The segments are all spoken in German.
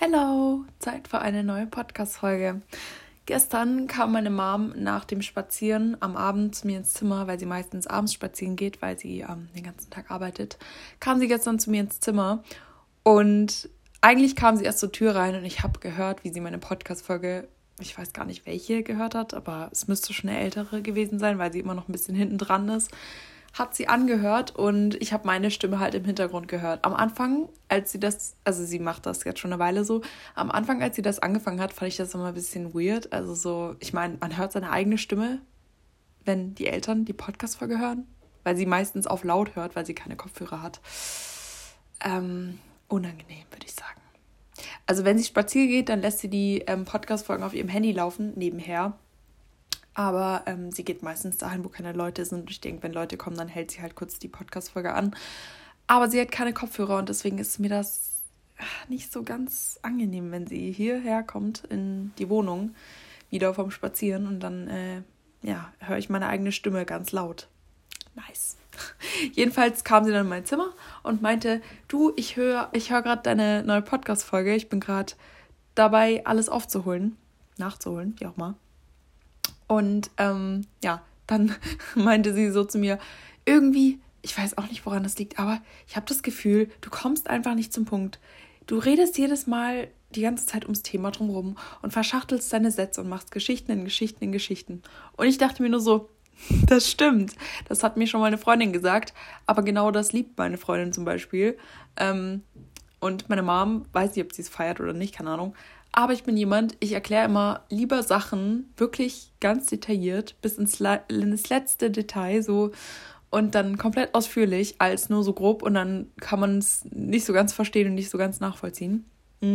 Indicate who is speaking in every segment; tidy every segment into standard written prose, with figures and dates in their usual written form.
Speaker 1: Hello, Zeit für eine neue Podcast-Folge. Gestern kam meine Mom nach dem Spazieren am Abend zu mir ins Zimmer, weil sie meistens abends spazieren geht, weil sie den ganzen Tag arbeitet. Kam sie gestern zu mir ins Zimmer und eigentlich kam sie erst zur Tür rein und ich habe gehört, wie sie meine Podcast-Folge, ich weiß gar nicht welche, gehört hat, aber es müsste schon eine ältere gewesen sein, weil sie immer noch ein bisschen hinten dran ist. Hat sie angehört und ich habe meine Stimme halt im Hintergrund gehört. Am Anfang, als sie das, also sie macht das jetzt schon eine Weile so, am Anfang, als sie das angefangen hat, fand ich das immer ein bisschen weird. Also so, ich meine, man hört seine eigene Stimme, wenn die Eltern die Podcast-Folge hören, weil sie meistens auf laut hört, weil sie keine Kopfhörer hat. Unangenehm, würde ich sagen. Also wenn sie spazieren geht, dann lässt sie die Podcast-Folgen auf ihrem Handy laufen, nebenher. Aber sie geht meistens dahin, wo keine Leute sind. Ich denke, wenn Leute kommen, dann hält sie halt kurz die Podcast-Folge an. Aber sie hat keine Kopfhörer und deswegen ist mir das nicht so ganz angenehm, wenn sie hierher kommt in die Wohnung, wieder vom Spazieren. Und dann höre ich meine eigene Stimme ganz laut. Nice. Jedenfalls kam sie dann in mein Zimmer und meinte, du, ich höre gerade deine neue Podcast-Folge. Ich bin gerade dabei, alles nachzuholen, wie auch mal. Und dann meinte sie so zu mir, irgendwie, ich weiß auch nicht, woran das liegt, aber ich habe das Gefühl, du kommst einfach nicht zum Punkt. Du redest jedes Mal die ganze Zeit ums Thema drumherum und verschachtelst deine Sätze und machst Geschichten in Geschichten in Geschichten. Und ich dachte mir nur so, das stimmt. Das hat mir schon mal eine Freundin gesagt, aber genau das liebt meine Freundin zum Beispiel. Und meine Mom, weiß nicht, ob sie es feiert oder nicht, keine Ahnung. Aber ich bin jemand, ich erkläre immer lieber Sachen wirklich ganz detailliert, bis ins letzte Detail so und dann komplett ausführlich, als nur so grob und dann kann man es nicht so ganz verstehen und nicht so ganz nachvollziehen.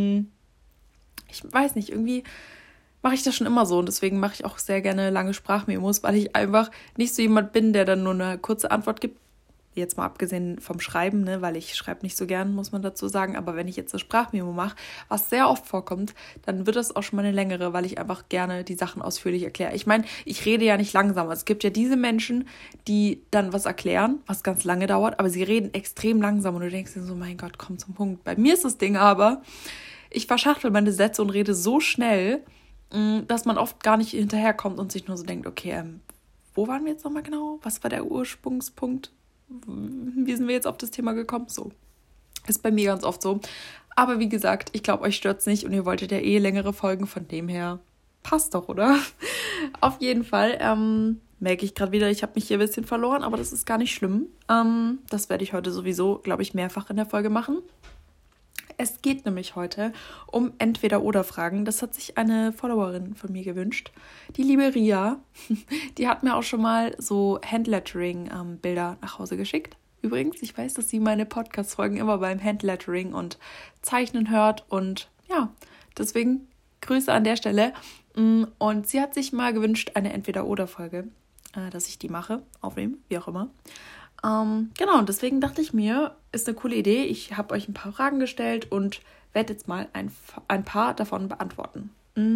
Speaker 1: Ich weiß nicht, irgendwie mache ich das schon immer so und deswegen mache ich auch sehr gerne lange Sprachmemos, weil ich einfach nicht so jemand bin, der dann nur eine kurze Antwort gibt. Jetzt mal abgesehen vom Schreiben, ne, weil ich schreibe nicht so gern, muss man dazu sagen. Aber wenn ich jetzt eine Sprachmemo mache, was sehr oft vorkommt, dann wird das auch schon mal eine längere, weil ich einfach gerne die Sachen ausführlich erkläre. Ich meine, ich rede ja nicht langsam. Es gibt ja diese Menschen, die dann was erklären, was ganz lange dauert, aber sie reden extrem langsam und du denkst dir so, mein Gott, komm zum Punkt. Bei mir ist das Ding aber, ich verschachtel meine Sätze und rede so schnell, dass man oft gar nicht hinterherkommt und sich nur so denkt, okay, wo waren wir jetzt nochmal genau? Was war der Ursprungspunkt? Wie sind wir jetzt auf das Thema gekommen? So. Ist bei mir ganz oft so. Aber wie gesagt, ich glaube, euch stört's nicht und ihr wolltet ja längere Folgen, von dem her passt doch, oder? Auf jeden Fall merke ich gerade wieder, ich habe mich hier ein bisschen verloren, aber das ist gar nicht schlimm. Das werde ich heute sowieso, glaube ich, mehrfach in der Folge machen. Es geht nämlich heute um Entweder-oder-Fragen. Das hat sich eine Followerin von mir gewünscht. Die liebe Ria, die hat mir auch schon mal so Handlettering-Bilder nach Hause geschickt. Übrigens, ich weiß, dass sie meine Podcast-Folgen immer beim Handlettering und Zeichnen hört. Und ja, deswegen Grüße an der Stelle. Und sie hat sich mal gewünscht, eine Entweder-oder-Folge, dass ich die mache, aufnehme, wie auch immer. Genau, und deswegen dachte ich mir, ist eine coole Idee. Ich habe euch ein paar Fragen gestellt und werde jetzt mal ein paar davon beantworten.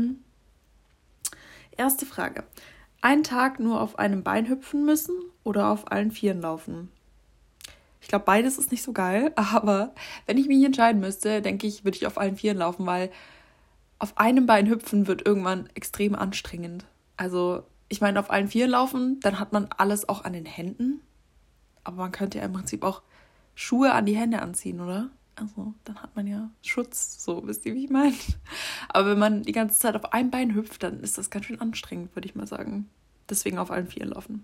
Speaker 1: Erste Frage. Einen Tag nur auf einem Bein hüpfen müssen oder auf allen Vieren laufen? Ich glaube, beides ist nicht so geil, aber wenn ich mich entscheiden müsste, denke ich, würde ich auf allen Vieren laufen, weil auf einem Bein hüpfen wird irgendwann extrem anstrengend. Also, ich meine, auf allen Vieren laufen, dann hat man alles auch an den Händen. Aber man könnte ja im Prinzip auch Schuhe an die Hände anziehen, oder? Also, dann hat man ja Schutz, so, wisst ihr, wie ich meine? Aber wenn man die ganze Zeit auf einem Bein hüpft, dann ist das ganz schön anstrengend, würde ich mal sagen. Deswegen auf allen Vieren laufen.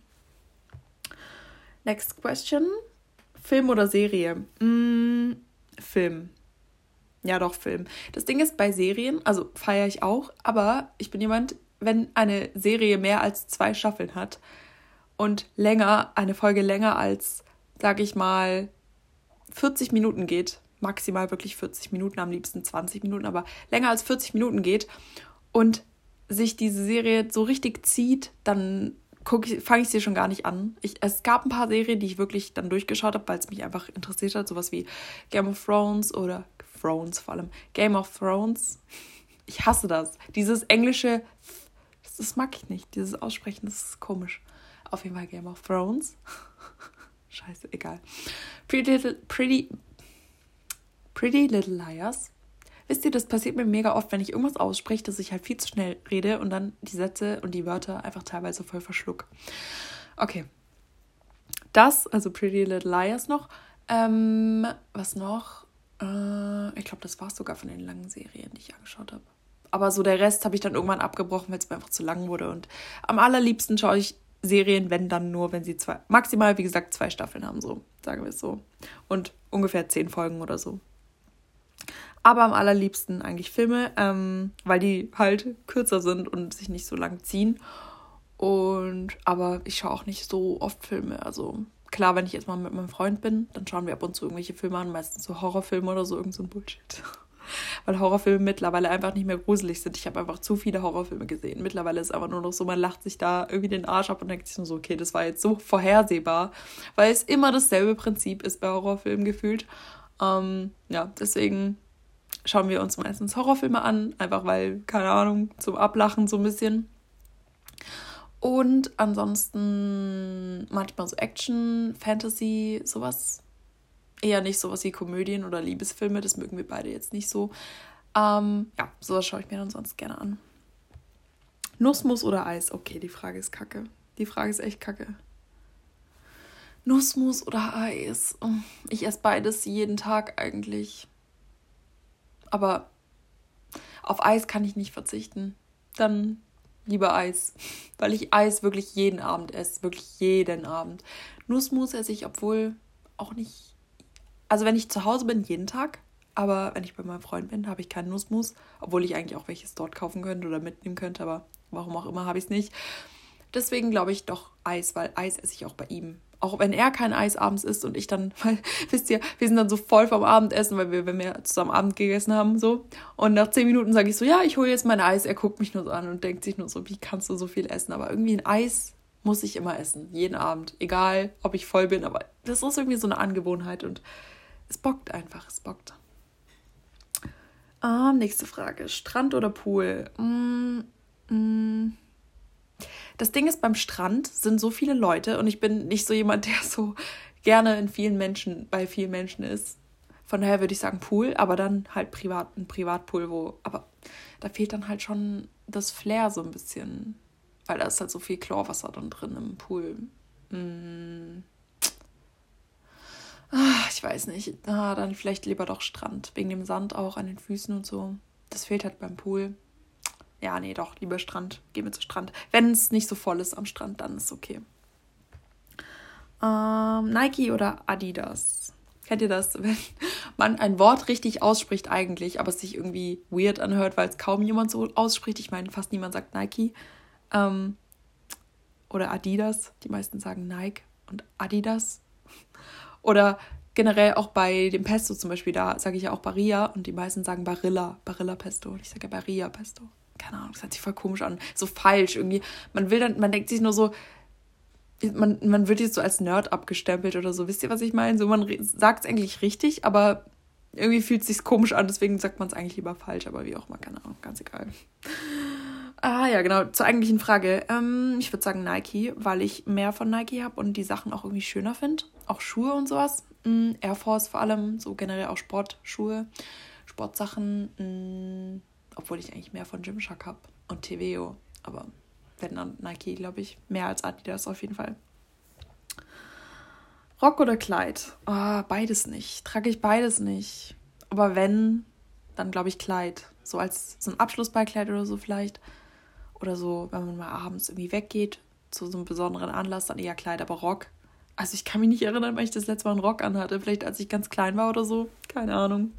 Speaker 1: Next question. Film oder Serie? Film. Ja, doch, Film. Das Ding ist, bei Serien, also feiere ich auch, aber ich bin jemand, wenn eine Serie mehr als 2 Staffeln hat, und eine Folge länger als, sage ich mal, 40 Minuten geht, maximal wirklich 40 Minuten, am liebsten 20 Minuten, aber länger als 40 Minuten geht und sich diese Serie so richtig zieht, dann fange ich sie schon gar nicht an. Es gab ein paar Serien, die ich wirklich dann durchgeschaut habe, weil es mich einfach interessiert hat, sowas wie Game of Thrones oder Thrones vor allem. Game of Thrones. Ich hasse das. Dieses englische, das mag ich nicht, dieses Aussprechen, das ist komisch. Auf jeden Fall Game of Thrones. Scheiße, egal. Pretty Little Liars. wisst ihr, das passiert mir mega oft, wenn ich irgendwas ausspreche, dass ich halt viel zu schnell rede und dann die Sätze und die Wörter einfach teilweise voll verschluck. Okay. Das, also Pretty Little Liars noch. Was noch? Ich glaube, das war es sogar von den langen Serien, die ich angeschaut habe. Aber so der Rest habe ich dann irgendwann abgebrochen, weil es mir einfach zu lang wurde. Und am allerliebsten schaue ich Serien, wenn dann nur, wenn sie maximal, wie gesagt, 2 Staffeln haben, so, sagen wir es so. Und ungefähr 10 Folgen oder so. Aber am allerliebsten eigentlich Filme, weil die halt kürzer sind und sich nicht so lang ziehen. Aber ich schaue auch nicht so oft Filme. Also klar, wenn ich jetzt mal mit meinem Freund bin, dann schauen wir ab und zu irgendwelche Filme an, meistens so Horrorfilme oder so, irgend so ein Bullshit. Weil Horrorfilme mittlerweile einfach nicht mehr gruselig sind. Ich habe einfach zu viele Horrorfilme gesehen. Mittlerweile ist es einfach nur noch so, man lacht sich da irgendwie den Arsch ab und denkt sich nur so, okay, das war jetzt so vorhersehbar, weil es immer dasselbe Prinzip ist bei Horrorfilmen gefühlt. Deswegen schauen wir uns meistens Horrorfilme an, einfach weil, keine Ahnung, zum Ablachen so ein bisschen. Und ansonsten manchmal so Action, Fantasy, sowas. Eher nicht sowas wie Komödien oder Liebesfilme, das mögen wir beide jetzt nicht so. Sowas schaue ich mir dann sonst gerne an. Nussmus oder Eis? Okay, die Frage ist kacke. Die Frage ist echt kacke. Nussmus oder Eis? Ich esse beides jeden Tag eigentlich. Aber auf Eis kann ich nicht verzichten. Dann lieber Eis. Weil ich Eis wirklich jeden Abend esse. Wirklich jeden Abend. Nussmus esse ich, obwohl auch nicht... Also wenn ich zu Hause bin, jeden Tag. Aber wenn ich bei meinem Freund bin, habe ich keinen Nussmus. Obwohl ich eigentlich auch welches dort kaufen könnte oder mitnehmen könnte. Aber warum auch immer habe ich es nicht. Deswegen glaube ich doch Eis, weil Eis esse ich auch bei ihm. Auch wenn er kein Eis abends isst und ich dann, weil, wisst ihr, wir sind dann so voll vom Abendessen, wenn wir zusammen Abend gegessen haben, so. Und nach 10 Minuten sage ich so, ja, ich hole jetzt mein Eis. Er guckt mich nur so an und denkt sich nur so, wie kannst du so viel essen? Aber irgendwie ein Eis muss ich immer essen, jeden Abend. Egal, ob ich voll bin, aber das ist irgendwie so eine Angewohnheit und es bockt einfach, es bockt. Nächste Frage, Strand oder Pool? Das Ding ist, beim Strand sind so viele Leute und ich bin nicht so jemand, der so gerne bei vielen Menschen ist. Von daher würde ich sagen Pool, aber dann halt ein Privatpool, aber da fehlt dann halt schon das Flair so ein bisschen, weil da ist halt so viel Chlorwasser dann drin im Pool. Ich weiß nicht, dann vielleicht lieber doch Strand, wegen dem Sand auch an den Füßen und so. Das fehlt halt beim Pool. Ja, nee, doch, lieber Strand. Gehen wir zu Strand. Wenn es nicht so voll ist am Strand, dann ist es okay. Nike oder Adidas? Kennt ihr das? Wenn man ein Wort richtig ausspricht eigentlich, aber es sich irgendwie weird anhört, weil es kaum jemand so ausspricht. Ich meine, fast niemand sagt Nike. Oder Adidas. Die meisten sagen Nike und Adidas. Oder generell auch bei dem Pesto zum Beispiel, da sage ich ja auch Barilla und die meisten sagen Barilla Pesto. Und ich sage ja Barilla Pesto. Keine Ahnung, das hört sich voll komisch an. So falsch irgendwie. Man denkt sich nur so, man wird jetzt so als Nerd abgestempelt oder so. Wisst ihr, was ich meine? So, man sagt es eigentlich richtig, aber irgendwie fühlt es sich komisch an, deswegen sagt man es eigentlich lieber falsch, aber wie auch immer, keine Ahnung, ganz egal. Ja, genau, zur eigentlichen Frage. Ich würde sagen Nike, weil ich mehr von Nike habe und die Sachen auch irgendwie schöner finde. Auch Schuhe und sowas. Air Force vor allem, so generell auch Sportschuhe, Sportsachen. Obwohl ich eigentlich mehr von Gymshark habe und TVO. Aber wenn dann Nike, glaube ich, mehr als Adidas auf jeden Fall. Rock oder Kleid? Beides nicht. Trage ich beides nicht. Aber wenn, dann glaube ich Kleid. So als so ein Abschlussballkleid oder so vielleicht. Oder so, wenn man mal abends irgendwie weggeht, zu so einem besonderen Anlass, dann eher Kleid, aber Rock. Also ich kann mich nicht erinnern, weil ich das letzte Mal einen Rock anhatte. Vielleicht als ich ganz klein war oder so. Keine Ahnung.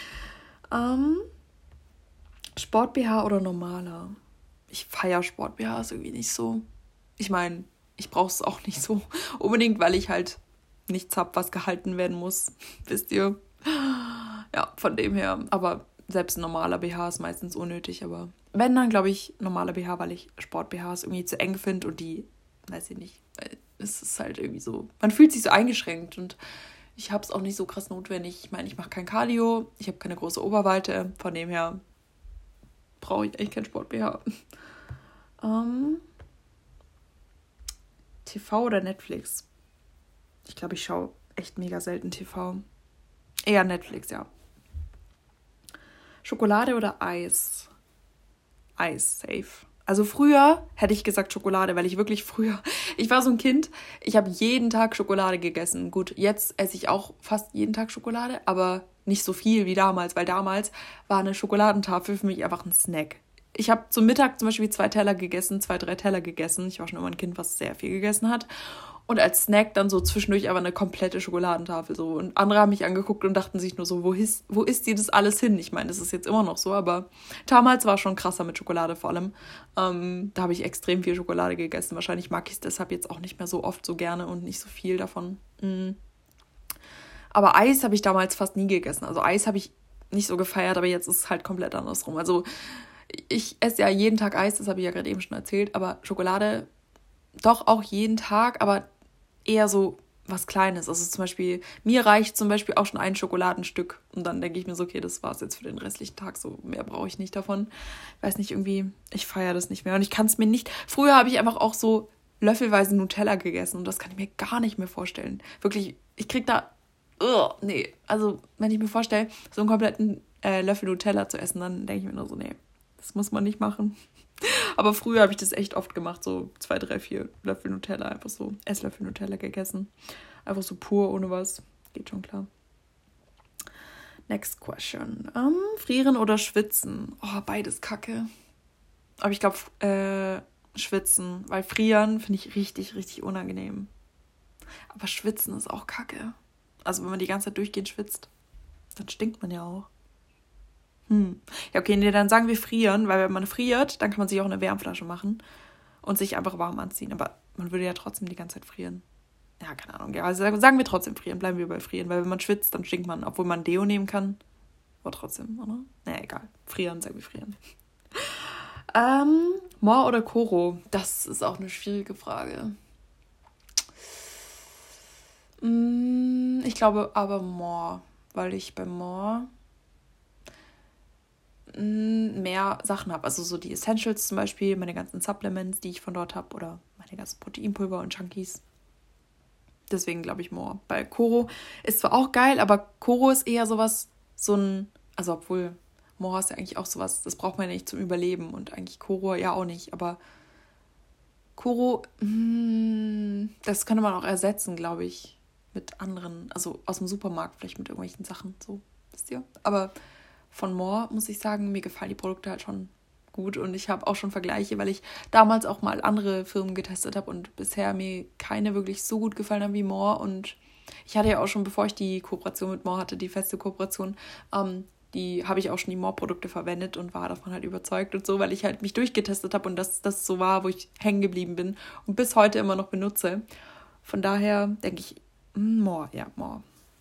Speaker 1: Sport-BH oder normaler? Ich feiere Sport-BHs irgendwie nicht so. Ich meine, ich brauche es auch nicht so unbedingt, weil ich halt nichts habe, was gehalten werden muss. Wisst ihr? Ja, von dem her. Aber selbst ein normaler BH ist meistens unnötig. Aber wenn, dann glaube ich normaler BH, weil ich Sport-BHs irgendwie zu eng finde und die, weiß ich nicht, es ist halt irgendwie so, man fühlt sich so eingeschränkt und ich habe es auch nicht so krass notwendig. Ich meine, ich mache kein Cardio, ich habe keine große Oberweite, von dem her brauche ich echt kein Sport-BH. TV oder Netflix? Ich glaube, ich schaue echt mega selten TV. Eher Netflix, ja. Schokolade oder Eis? Eis, safe. Also früher hätte ich gesagt Schokolade, weil ich war so ein Kind, ich habe jeden Tag Schokolade gegessen. Gut, jetzt esse ich auch fast jeden Tag Schokolade, aber nicht so viel wie damals, weil damals war eine Schokoladentafel für mich einfach ein Snack. Ich habe zum Mittag zum Beispiel 3 Teller gegessen. Ich war schon immer ein Kind, was sehr viel gegessen hat. Und als Snack dann so zwischendurch aber eine komplette Schokoladentafel so. Und andere haben mich angeguckt und dachten sich nur so, wo ist dir das alles hin? Ich meine, das ist jetzt immer noch so, aber damals war es schon krasser mit Schokolade vor allem. Da habe ich extrem viel Schokolade gegessen. Wahrscheinlich mag ich es deshalb jetzt auch nicht mehr so oft so gerne und nicht so viel davon. Aber Eis habe ich damals fast nie gegessen. Also Eis habe ich nicht so gefeiert, aber jetzt ist es halt komplett andersrum. Also ich esse ja jeden Tag Eis, das habe ich ja gerade eben schon erzählt, aber Schokolade doch auch jeden Tag, aber eher so was Kleines. Also zum Beispiel, mir reicht zum Beispiel auch schon ein Schokoladenstück. Und dann denke ich mir so, okay, das war's jetzt für den restlichen Tag. So mehr brauche ich nicht davon. Weiß nicht, irgendwie, ich feiere das nicht mehr. Und ich kann es mir nicht... Früher habe ich einfach auch so löffelweise Nutella gegessen. Und das kann ich mir gar nicht mehr vorstellen. Wirklich, ich krieg da... nee. Also, wenn ich mir vorstelle, so einen kompletten Löffel Nutella zu essen, dann denke ich mir nur so, nee, das muss man nicht machen. Aber früher habe ich das echt oft gemacht, so 2, 3, 4 Löffel Nutella, einfach so Esslöffel Nutella gegessen. Einfach so pur, ohne was. Geht schon klar. Next question. Frieren oder schwitzen? Oh, beides kacke. Aber ich glaube, schwitzen. Weil frieren finde ich richtig, richtig unangenehm. Aber schwitzen ist auch kacke. Also wenn man die ganze Zeit durchgehend schwitzt, dann stinkt man ja auch. Ja, okay, nee, dann sagen wir frieren, weil wenn man friert, dann kann man sich auch eine Wärmflasche machen und sich einfach warm anziehen. Aber man würde ja trotzdem die ganze Zeit frieren. Ja, keine Ahnung. Ja, also sagen wir trotzdem frieren, bleiben wir bei frieren, weil wenn man schwitzt, dann stinkt man, obwohl man Deo nehmen kann. Aber trotzdem, oder? Naja, egal. Frieren, sagen wir frieren. Moor oder Koro? Das ist auch eine schwierige Frage. Ich glaube aber Moor, weil ich bei Moor mehr Sachen habe. Also so die Essentials zum Beispiel, meine ganzen Supplements, die ich von dort habe oder meine ganzen Proteinpulver und Chunkies. Deswegen glaube ich Moor. Bei Koro ist zwar auch geil, aber Koro ist eher sowas, also obwohl Moor ist ja eigentlich auch sowas, das braucht man ja nicht zum Überleben und eigentlich Koro ja auch nicht, aber Koro, das könnte man auch ersetzen, glaube ich, mit anderen, also aus dem Supermarkt vielleicht mit irgendwelchen Sachen, so, wisst ihr? Aber von Moor muss ich sagen, mir gefallen die Produkte halt schon gut und ich habe auch schon Vergleiche, weil ich damals auch mal andere Firmen getestet habe und bisher mir keine wirklich so gut gefallen haben wie Moor und ich hatte ja auch schon, bevor ich die Kooperation mit Moor hatte, die feste Kooperation, die habe ich auch schon die Moor-Produkte verwendet und war davon halt überzeugt und so, weil ich halt mich durchgetestet habe und das so war, wo ich hängen geblieben bin und bis heute immer noch benutze. Von daher denke ich, Moor, ja, Moor.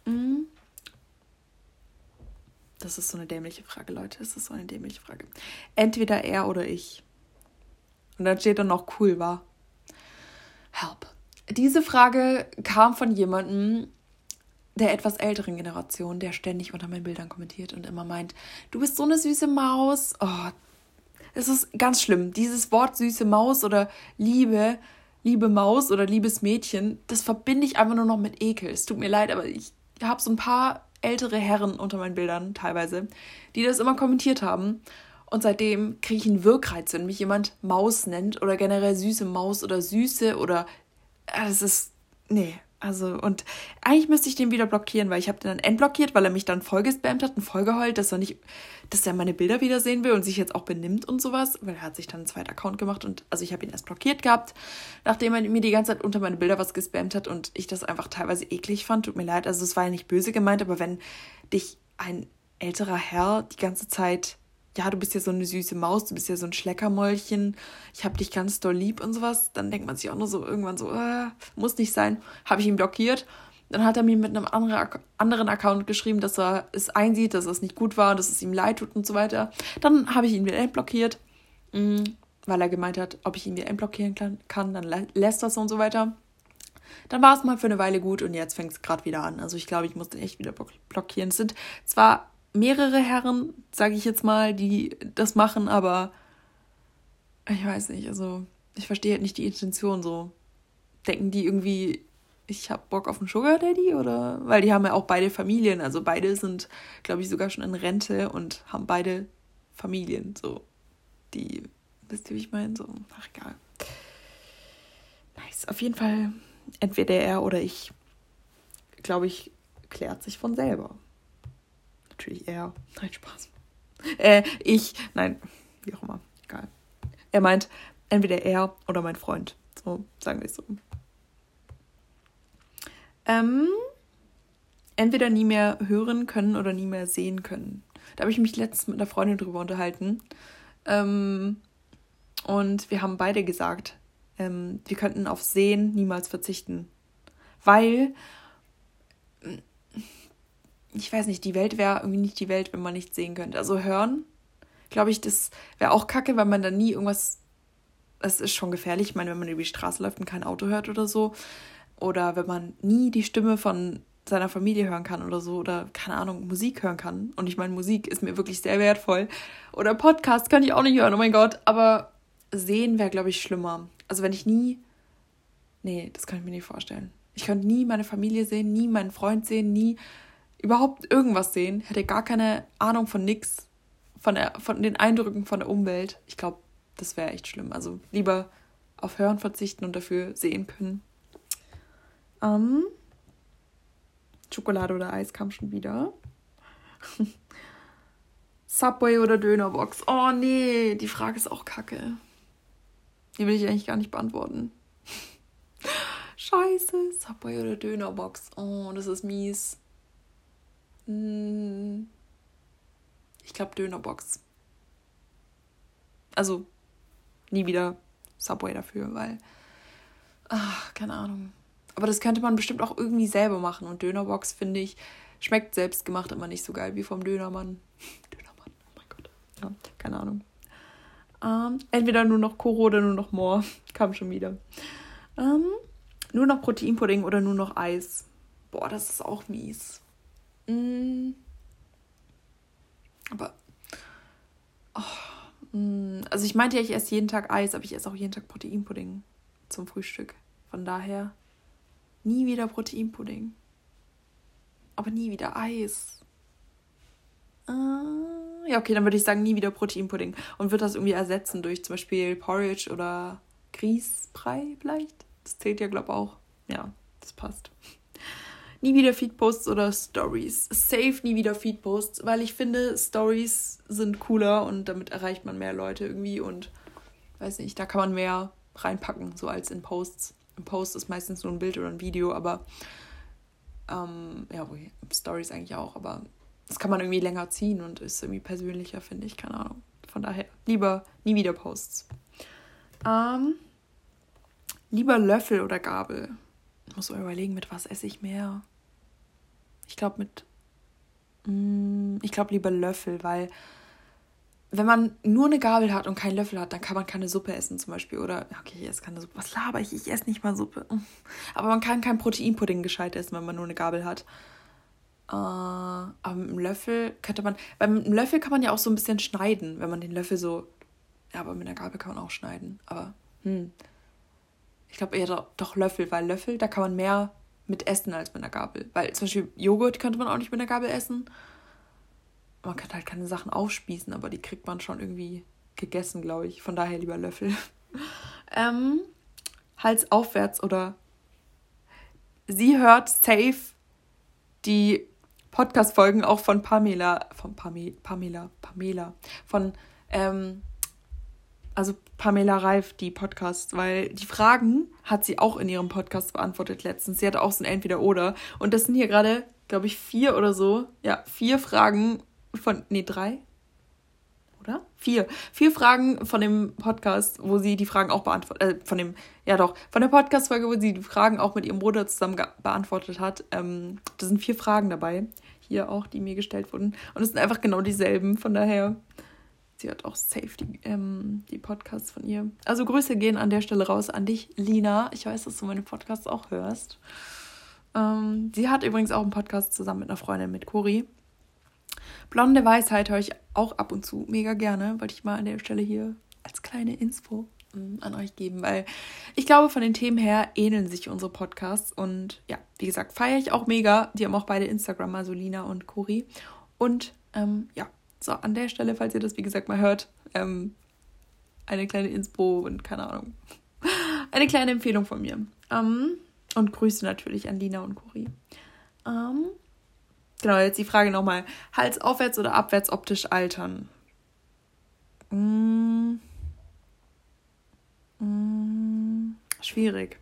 Speaker 1: Das ist so eine dämliche Frage, Leute. Das ist so eine dämliche Frage. Entweder er oder ich. Und dann steht dann noch cool, war. Help. Diese Frage kam von jemandem der etwas älteren Generation, der ständig unter meinen Bildern kommentiert und immer meint, du bist so eine süße Maus. Oh, es ist ganz schlimm. Dieses Wort süße Maus oder liebe Maus oder liebes Mädchen, das verbinde ich einfach nur noch mit Ekel. Es tut mir leid, aber ich habe so ein paar ältere Herren unter meinen Bildern teilweise, die das immer kommentiert haben. Und seitdem kriege ich einen Wirkreiz, wenn mich jemand Maus nennt oder generell süße Maus oder süße oder es ist, nee, also und eigentlich müsste ich den wieder blockieren, weil ich habe den dann entblockiert, weil er mich dann voll gespammt hat und voll geheult, dass er meine Bilder wieder sehen will und sich jetzt auch benimmt und sowas, weil er hat sich dann einen zweiten Account gemacht und also ich habe ihn erst blockiert gehabt, nachdem er mir die ganze Zeit unter meine Bilder was gespammt hat und ich das einfach teilweise eklig fand, tut mir leid, also es war ja nicht böse gemeint, aber wenn dich ein älterer Herr die ganze Zeit, ja, du bist ja so eine süße Maus, du bist ja so ein Schleckermäulchen, ich hab dich ganz doll lieb und sowas, dann denkt man sich auch nur so irgendwann so, muss nicht sein, habe ich ihn blockiert. Dann hat er mir mit einem anderen Account geschrieben, dass er es einsieht, dass es nicht gut war, dass es ihm leid tut und so weiter. Dann habe ich ihn wieder entblockiert, weil er gemeint hat, ob ich ihn wieder entblockieren kann, dann lässt das und so weiter. Dann war es mal für eine Weile gut und jetzt fängt es gerade wieder an. Also ich glaube, ich muss den echt wieder blockieren. Es sind zwar mehrere Herren, sage ich jetzt mal, die das machen, aber ich weiß nicht, also ich verstehe halt nicht die Intention so. Denken die irgendwie, ich habe Bock auf einen Sugar Daddy oder, weil die haben ja auch beide Familien, also beide sind, glaube ich, sogar schon in Rente und haben beide Familien, so, die, wisst ihr, wie ich meine, so, ach, egal. Nice, auf jeden Fall, entweder er oder ich, glaube ich, klärt sich von selber. Natürlich er, nein, Spaß. Nein, wie auch immer, egal. Er meint, entweder er oder mein Freund, so, sagen wir es so. Entweder nie mehr hören können oder nie mehr sehen können. Da habe ich mich letztens mit einer Freundin drüber unterhalten. Und wir haben beide gesagt, wir könnten auf Sehen niemals verzichten. Weil, ich weiß nicht, die Welt wäre irgendwie nicht die Welt, wenn man nicht sehen könnte. Also hören, glaube ich, das wäre auch kacke, weil man dann nie irgendwas, das ist schon gefährlich. Ich meine, wenn man über die Straße läuft und kein Auto hört oder so. Oder wenn man nie die Stimme von seiner Familie hören kann oder so. Oder, keine Ahnung, Musik hören kann. Und ich meine, Musik ist mir wirklich sehr wertvoll. Oder Podcast kann ich auch nicht hören, oh mein Gott. Aber sehen wäre, glaube ich, schlimmer. Also wenn ich nie... Nee, das kann ich mir nicht vorstellen. Ich könnte nie meine Familie sehen, nie meinen Freund sehen, nie überhaupt irgendwas sehen. Hätte gar keine Ahnung von nix. Von den Eindrücken von der Umwelt. Ich glaube, das wäre echt schlimm. Also lieber auf Hören verzichten und dafür sehen können. Schokolade oder Eis kam schon wieder. Subway oder Dönerbox? Oh nee, die Frage ist auch kacke. Die will ich eigentlich gar nicht beantworten. Scheiße, Subway oder Dönerbox? Oh, das ist mies. Ich glaube Dönerbox. Also nie wieder Subway dafür, weil... keine Ahnung. Aber das könnte man bestimmt auch irgendwie selber machen. Und Dönerbox, finde ich, schmeckt selbstgemacht immer nicht so geil wie vom Dönermann. Dönermann, oh mein Gott. Ja, keine Ahnung. Entweder nur noch Koro oder nur noch More. Kam schon wieder. Nur noch Proteinpudding oder nur noch Eis. Boah, das ist auch mies. Aber... also ich meinte ja, ich esse jeden Tag Eis, aber ich esse auch jeden Tag Proteinpudding zum Frühstück. Von daher... Nie wieder Proteinpudding. Aber nie wieder Eis. Ja, okay, dann würde ich sagen, nie wieder Proteinpudding. Und würde das irgendwie ersetzen durch zum Beispiel Porridge oder Grießbrei vielleicht. Das zählt ja, glaube ich, auch. Ja, das passt. Nie wieder Feedposts oder Stories. Safe nie wieder Feedposts, weil ich finde, Stories sind cooler und damit erreicht man mehr Leute irgendwie und weiß nicht, da kann man mehr reinpacken, so als in Posts. Ein Post ist meistens nur ein Bild oder ein Video, aber Stories eigentlich auch, aber das kann man irgendwie länger ziehen und ist irgendwie persönlicher, finde ich, keine Ahnung. Von daher, lieber nie wieder Posts. Lieber Löffel oder Gabel? Ich muss mal überlegen, mit was esse ich mehr? Ich glaube lieber Löffel, weil wenn man nur eine Gabel hat und keinen Löffel hat, dann kann man keine Suppe essen zum Beispiel. Oder, okay, ich esse keine Suppe. Was laber ich? Ich esse nicht mal Suppe. Aber man kann kein Proteinpudding gescheit essen, wenn man nur eine Gabel hat. Aber mit einem Löffel beim Löffel kann man ja auch so ein bisschen schneiden, wenn man den Löffel so, ja, aber mit einer Gabel kann man auch schneiden. Aber, ich glaube eher doch Löffel, weil Löffel, da kann man mehr mit essen als mit einer Gabel. Weil zum Beispiel Joghurt könnte man auch nicht mit einer Gabel essen. Man kann halt keine Sachen aufspießen, aber die kriegt man schon irgendwie gegessen, glaube ich. Von daher lieber Löffel. Hals aufwärts oder sie hört safe die Podcast-Folgen auch von Pamela. Also Pamela Reif, die Podcasts, weil die Fragen hat sie auch in ihrem Podcast beantwortet letztens. Sie hatte auch so ein Entweder-Oder. Und das sind hier gerade, glaube ich, 4 oder so. Ja, 4 Fragen 3? Oder? 4 Fragen von dem Podcast, wo sie die Fragen auch beantwortet, von der Podcast-Folge, wo sie die Fragen auch mit ihrem Bruder zusammen beantwortet hat. Da sind 4 Fragen dabei, hier auch, die mir gestellt wurden. Und es sind einfach genau dieselben, von daher, sie hat auch safe die Podcasts von ihr. Also Grüße gehen an der Stelle raus an dich, Lina. Ich weiß, dass du meine Podcasts auch hörst. Sie hat übrigens auch einen Podcast zusammen mit einer Freundin, mit Cori. Blonde Weisheit höre ich auch ab und zu mega gerne. Wollte ich mal an der Stelle hier als kleine Info an euch geben, weil ich glaube, von den Themen her ähneln sich unsere Podcasts und ja, wie gesagt, feiere ich auch mega. Die haben auch beide Instagram, also Lina und Cori. Und ja, so an der Stelle, falls ihr das, wie gesagt, mal hört, eine kleine Inspo und keine Ahnung, eine kleine Empfehlung von mir. Und Grüße natürlich an Lina und Cori. Genau, jetzt die Frage nochmal. Hals aufwärts oder abwärts optisch altern? Schwierig.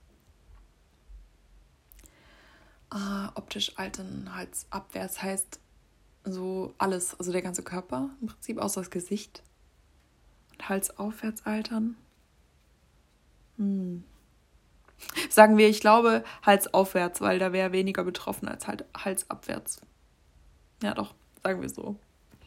Speaker 1: Optisch altern, Hals abwärts heißt so alles, also der ganze Körper im Prinzip, außer das Gesicht. Und Hals aufwärts altern? Sagen wir, ich glaube, Hals aufwärts, weil da wäre weniger betroffen als halt Hals abwärts. Ja doch, sagen wir so.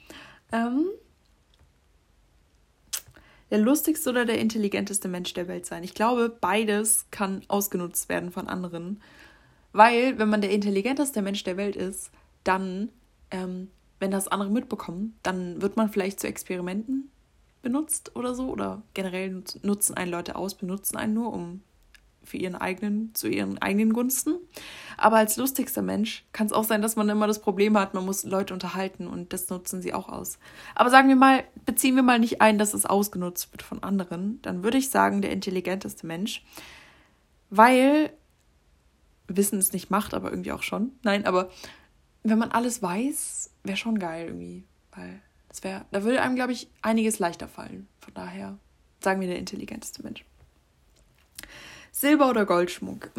Speaker 1: Der lustigste oder der intelligenteste Mensch der Welt sein? Ich glaube, beides kann ausgenutzt werden von anderen. Weil, wenn man der intelligenteste Mensch der Welt ist, dann, wenn das andere mitbekommen, dann wird man vielleicht zu Experimenten benutzt oder so. Oder generell nutzen einen Leute aus, benutzen einen nur, zu ihren eigenen Gunsten. Aber als lustigster Mensch kann es auch sein, dass man immer das Problem hat, man muss Leute unterhalten und das nutzen sie auch aus. Aber beziehen wir mal nicht ein, dass es ausgenutzt wird von anderen, dann würde ich sagen, der intelligenteste Mensch, weil Wissen es nicht macht, aber irgendwie auch schon. Nein, aber wenn man alles weiß, wäre schon geil irgendwie, weil da würde einem, glaube ich, einiges leichter fallen. Von daher sagen wir der intelligenteste Mensch. Silber oder Goldschmuck?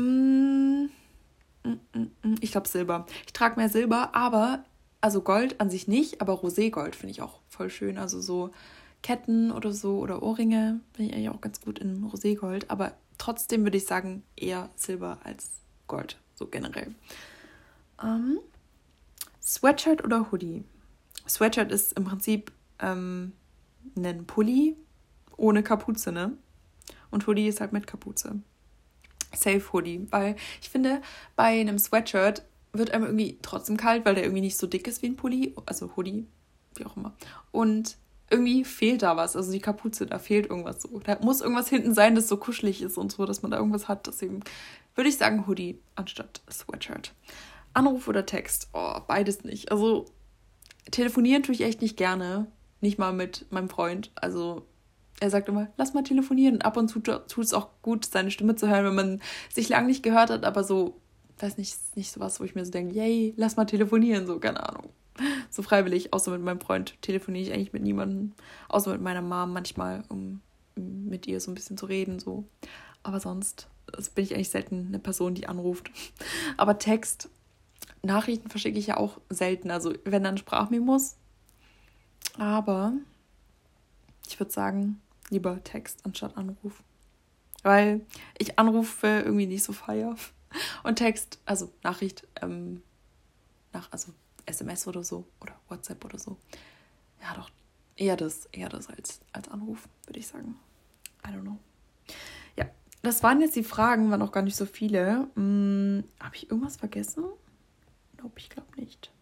Speaker 1: Ich glaube Silber. Ich trage mehr Silber, aber, also Gold an sich nicht, aber Roségold finde ich auch voll schön. Also so Ketten oder so oder Ohrringe bin ich eigentlich auch ganz gut in Roségold. Aber trotzdem würde ich sagen, eher Silber als Gold, so generell. Sweatshirt oder Hoodie? Sweatshirt ist im Prinzip ein Pulli ohne Kapuze, ne? Und Hoodie ist halt mit Kapuze. Safe Hoodie, weil ich finde, bei einem Sweatshirt wird einem irgendwie trotzdem kalt, weil der irgendwie nicht so dick ist wie ein Pulli, also Hoodie, wie auch immer. Und irgendwie fehlt da was, also die Kapuze, da fehlt irgendwas so. Da muss irgendwas hinten sein, das so kuschelig ist und so, dass man da irgendwas hat. Deswegen würde ich sagen Hoodie anstatt Sweatshirt. Anruf oder Text? Oh, beides nicht. Also telefonieren tue ich echt nicht gerne, nicht mal mit meinem Freund, also er sagt immer, lass mal telefonieren. Ab und zu tut es auch gut, seine Stimme zu hören, wenn man sich lange nicht gehört hat, aber so, weiß nicht sowas, wo ich mir so denke, yay, lass mal telefonieren, so, keine Ahnung. So freiwillig, außer mit meinem Freund telefoniere ich eigentlich mit niemandem, außer mit meiner Mom manchmal, um mit ihr so ein bisschen zu reden, so. Aber sonst bin ich eigentlich selten eine Person, die anruft. Aber Text, Nachrichten verschicke ich ja auch selten, also wenn dann Sprachmemos. Aber ich würde sagen, lieber Text anstatt Anruf. Weil ich Anrufe irgendwie nicht so feiere. Und Text, also Nachricht, also SMS oder so oder WhatsApp oder so. Ja doch, eher das als Anruf, würde ich sagen. I don't know. Ja, das waren jetzt die Fragen, waren auch gar nicht so viele. Habe ich irgendwas vergessen? Nope, ich glaube nicht.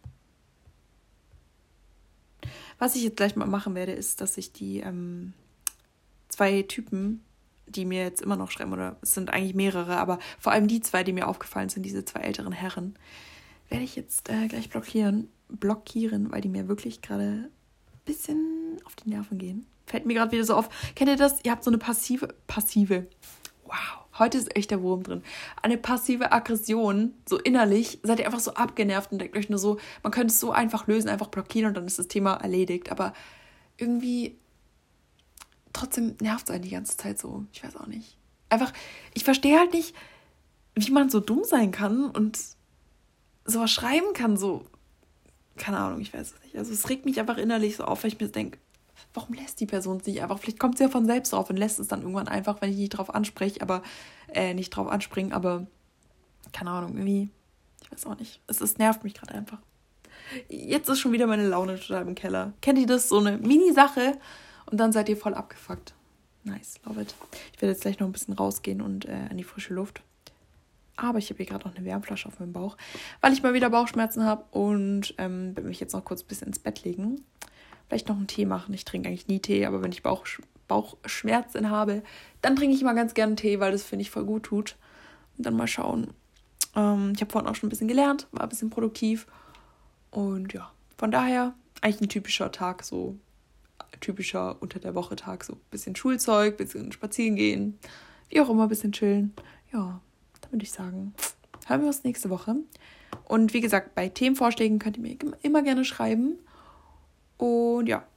Speaker 1: Was ich jetzt gleich mal machen werde, ist, dass ich die 2 Typen, die mir jetzt immer noch schreiben, oder es sind eigentlich mehrere, aber vor allem die 2, die mir aufgefallen sind, diese 2 älteren Herren, werde ich jetzt gleich blockieren, weil die mir wirklich gerade ein bisschen auf die Nerven gehen. Fällt mir gerade wieder so auf. Kennt ihr das? Ihr habt so eine passive, wow, heute ist echt der Wurm drin. Eine passive Aggression, so innerlich, seid ihr einfach so abgenervt und denkt euch nur so, man könnte es so einfach lösen, einfach blockieren und dann ist das Thema erledigt. Aber irgendwie trotzdem nervt es einen die ganze Zeit so. Ich weiß auch nicht. Einfach, ich verstehe halt nicht, wie man so dumm sein kann und sowas schreiben kann, so. Keine Ahnung, ich weiß es nicht. Also es regt mich einfach innerlich so auf, weil ich mir denke, warum lässt die Person es nicht einfach? Vielleicht kommt sie ja von selbst drauf und lässt es dann irgendwann einfach, wenn ich nicht drauf anspringe, aber keine Ahnung, irgendwie, ich weiß auch nicht. Es nervt mich gerade einfach. Jetzt ist schon wieder meine Laune total im Keller. Kennt ihr das? So eine Mini-Sache und dann seid ihr voll abgefuckt. Nice, love it. Ich werde jetzt gleich noch ein bisschen rausgehen und an die frische Luft. Aber ich habe hier gerade noch eine Wärmflasche auf meinem Bauch, weil ich mal wieder Bauchschmerzen habe und werde mich jetzt noch kurz ein bisschen ins Bett legen. Vielleicht noch einen Tee machen. Ich trinke eigentlich nie Tee, aber wenn ich Bauchschmerzen habe, dann trinke ich mal ganz gerne Tee, weil das, finde ich, voll gut tut. Und dann mal schauen. Ich habe vorhin auch schon ein bisschen gelernt, war ein bisschen produktiv. Und ja, von daher eigentlich ein typischer Tag, so typischer unter der Woche Tag, so ein bisschen Schulzeug, ein bisschen spazieren gehen, wie auch immer, ein bisschen chillen. Ja, dann würde ich sagen, hören wir uns nächste Woche. Und wie gesagt, bei Themenvorschlägen könnt ihr mir immer gerne schreiben. Und ja,